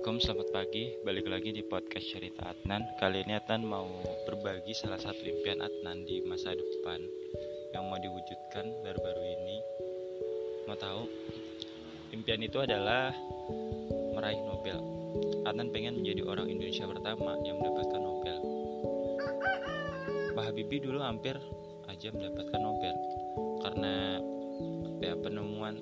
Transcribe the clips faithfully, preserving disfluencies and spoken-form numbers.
Assalamualaikum, selamat pagi. Balik lagi di podcast Cerita Adnan. Kali ini Adnan mau berbagi salah satu impian Adnan di masa depan yang mau diwujudkan baru-baru ini. Mau tahu? Impian itu adalah meraih Nobel. Adnan pengen menjadi orang Indonesia pertama yang mendapatkan Nobel. Pak Habibie dulu hampir aja mendapatkan Nobel karena ya, penemuan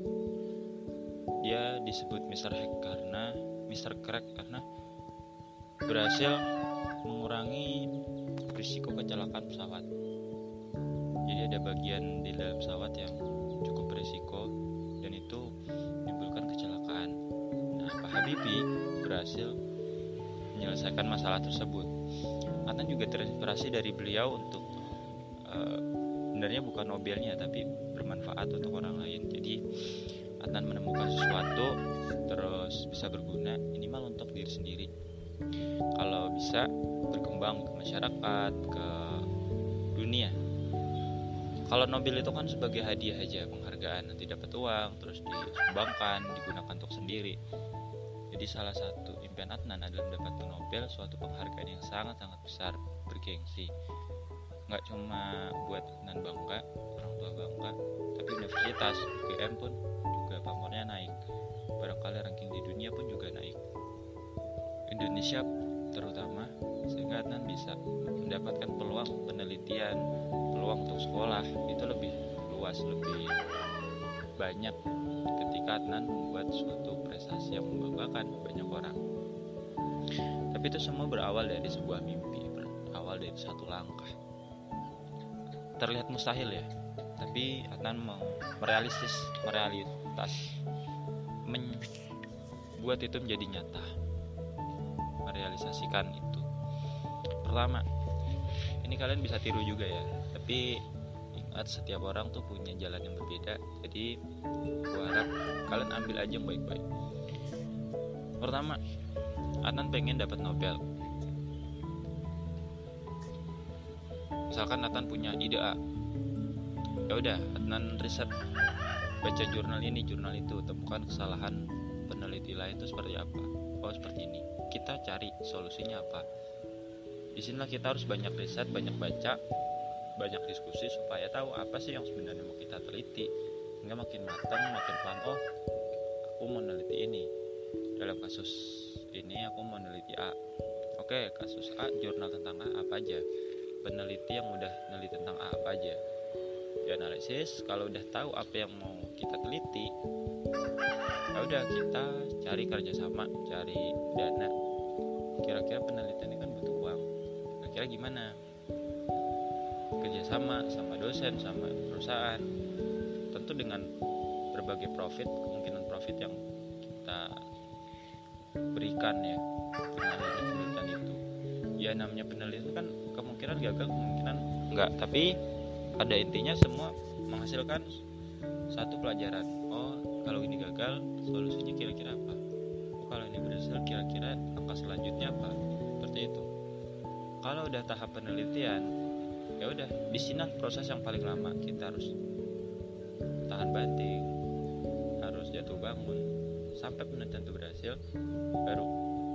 dia disebut mister Hack karena mister Crack karena berhasil mengurangi risiko kecelakaan pesawat. Jadi ada bagian di dalam pesawat yang cukup berisiko dan itu menimbulkan kecelakaan. Nah, Pak Habibie berhasil menyelesaikan masalah tersebut. Adnan juga terinspirasi dari beliau untuk uh, sebenarnya bukan Nobelnya tapi bermanfaat untuk orang lain. Jadi Adnan menemukan sesuatu terus bisa berguna minimal untuk diri sendiri. Kalau bisa berkembang ke masyarakat, ke dunia. Kalau Nobel itu kan sebagai hadiah aja, penghargaan, nanti dapat uang terus disumbangkan, digunakan untuk sendiri. Jadi salah satu impian Adnan adalah mendapatkan Nobel, suatu penghargaan yang sangat-sangat besar, bergengsi. Nggak cuma buat Adnan bangga, orang tua bangga, tapi universitas U G M pun juga pamornya naik. Barangkali ranking di dunia pun juga naik. Indonesia terutama, sehingga Adnan bisa mendapatkan peluang penelitian, peluang untuk sekolah itu lebih luas, lebih banyak ketika Adnan membuat suatu prestasi yang membanggakan banyak orang. Tapi itu semua berawal dari sebuah mimpi, berawal dari satu langkah. Terlihat mustahil ya, tapi Adnan mau merealistis, merealitas, membuat itu menjadi nyata, merealisasikan itu. Pertama, ini kalian bisa tiru juga ya, tapi ingat setiap orang tuh punya jalan yang berbeda. Jadi gua harap kalian ambil aja yang baik-baik. Pertama, Adnan pengen dapat Nobel. Misalkan Adnan punya ide A, ya udah Adnan riset, baca jurnal ini, jurnal itu, temukan kesalahan peneliti lain itu seperti apa. Oh seperti ini, kita cari solusinya apa. Di sinilah kita harus banyak riset, banyak baca, banyak diskusi supaya tahu apa sih yang sebenarnya mau kita teliti. Hingga makin matang, makin paham. Oh, aku mau neliti ini. Dalam kasus ini aku mau neliti A. Oke, kasus A, jurnal tentang A apa aja. Peneliti yang udah neliti tentang A apa aja. Dianalisis, kalau udah tahu apa yang mau kita teliti, ya udah kita cari kerjasama, cari dana. Kira-kira penelitian ini kan butuh uang. Kira-kira gimana? Kerjasama sama dosen, sama perusahaan. Tentu dengan berbagai profit, kemungkinan profit yang kita berikan ya penelitian itu. Ya namanya penelitian kan kemungkinan gagal, kemungkinan enggak, tapi pada intinya semua menghasilkan satu pelajaran. Oh, kalau ini gagal, solusinya kira-kira apa? Oh, kalau ini berhasil, kira-kira langkah selanjutnya apa? Seperti itu. Kalau udah tahap penelitian, ya udah, di sini proses yang paling lama. Kita harus tahan banting, harus jatuh bangun sampai penelitian itu berhasil, baru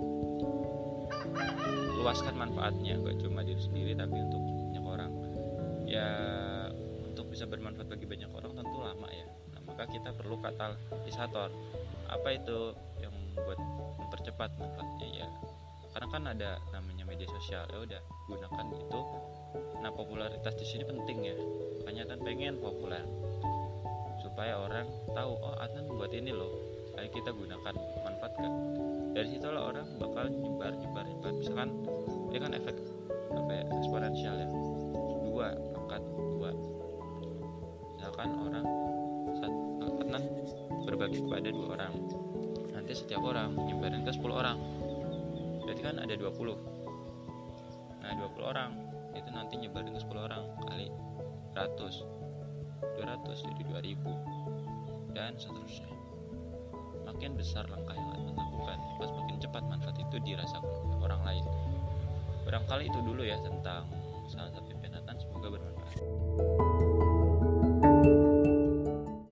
luaskan manfaatnya, gak cuma diri sendiri tapi untuk banyak orang. Ya untuk bisa bermanfaat bagi banyak orang tentu lama ya. Nah, maka kita perlu katalisator. Apa itu yang membuat mempercepat manfaatnya ya? Karena kan ada namanya media sosial. Ya udah, gunakan itu. Nah, popularitas di sini penting ya. Makanya kan pengen populer supaya orang tahu, oh Adnan buat ini loh. Ayo kita gunakan, manfaatkan. Dari situlah orang bakal nyebar, nyebar, nyebar. Misalkan ini kan efek apa ya, eksponensial ya. Dua, angkat dua. Misalkan orang saat Adnan berbagi kepada dua orang, nanti setiap orang nyebarin ke sepuluh orang. Berarti kan ada dua puluh. Nah, dua puluh orang itu nanti nyebarin ke sepuluh orang kali seratus, dua ratus jadi dua ribu dan seterusnya. Makin besar langkah yang Adnan lakukan, pas makin cepat manfaat itu dirasakan oleh orang lain. Barangkali itu dulu ya tentang salah satu impian Adnan, semoga bermanfaat.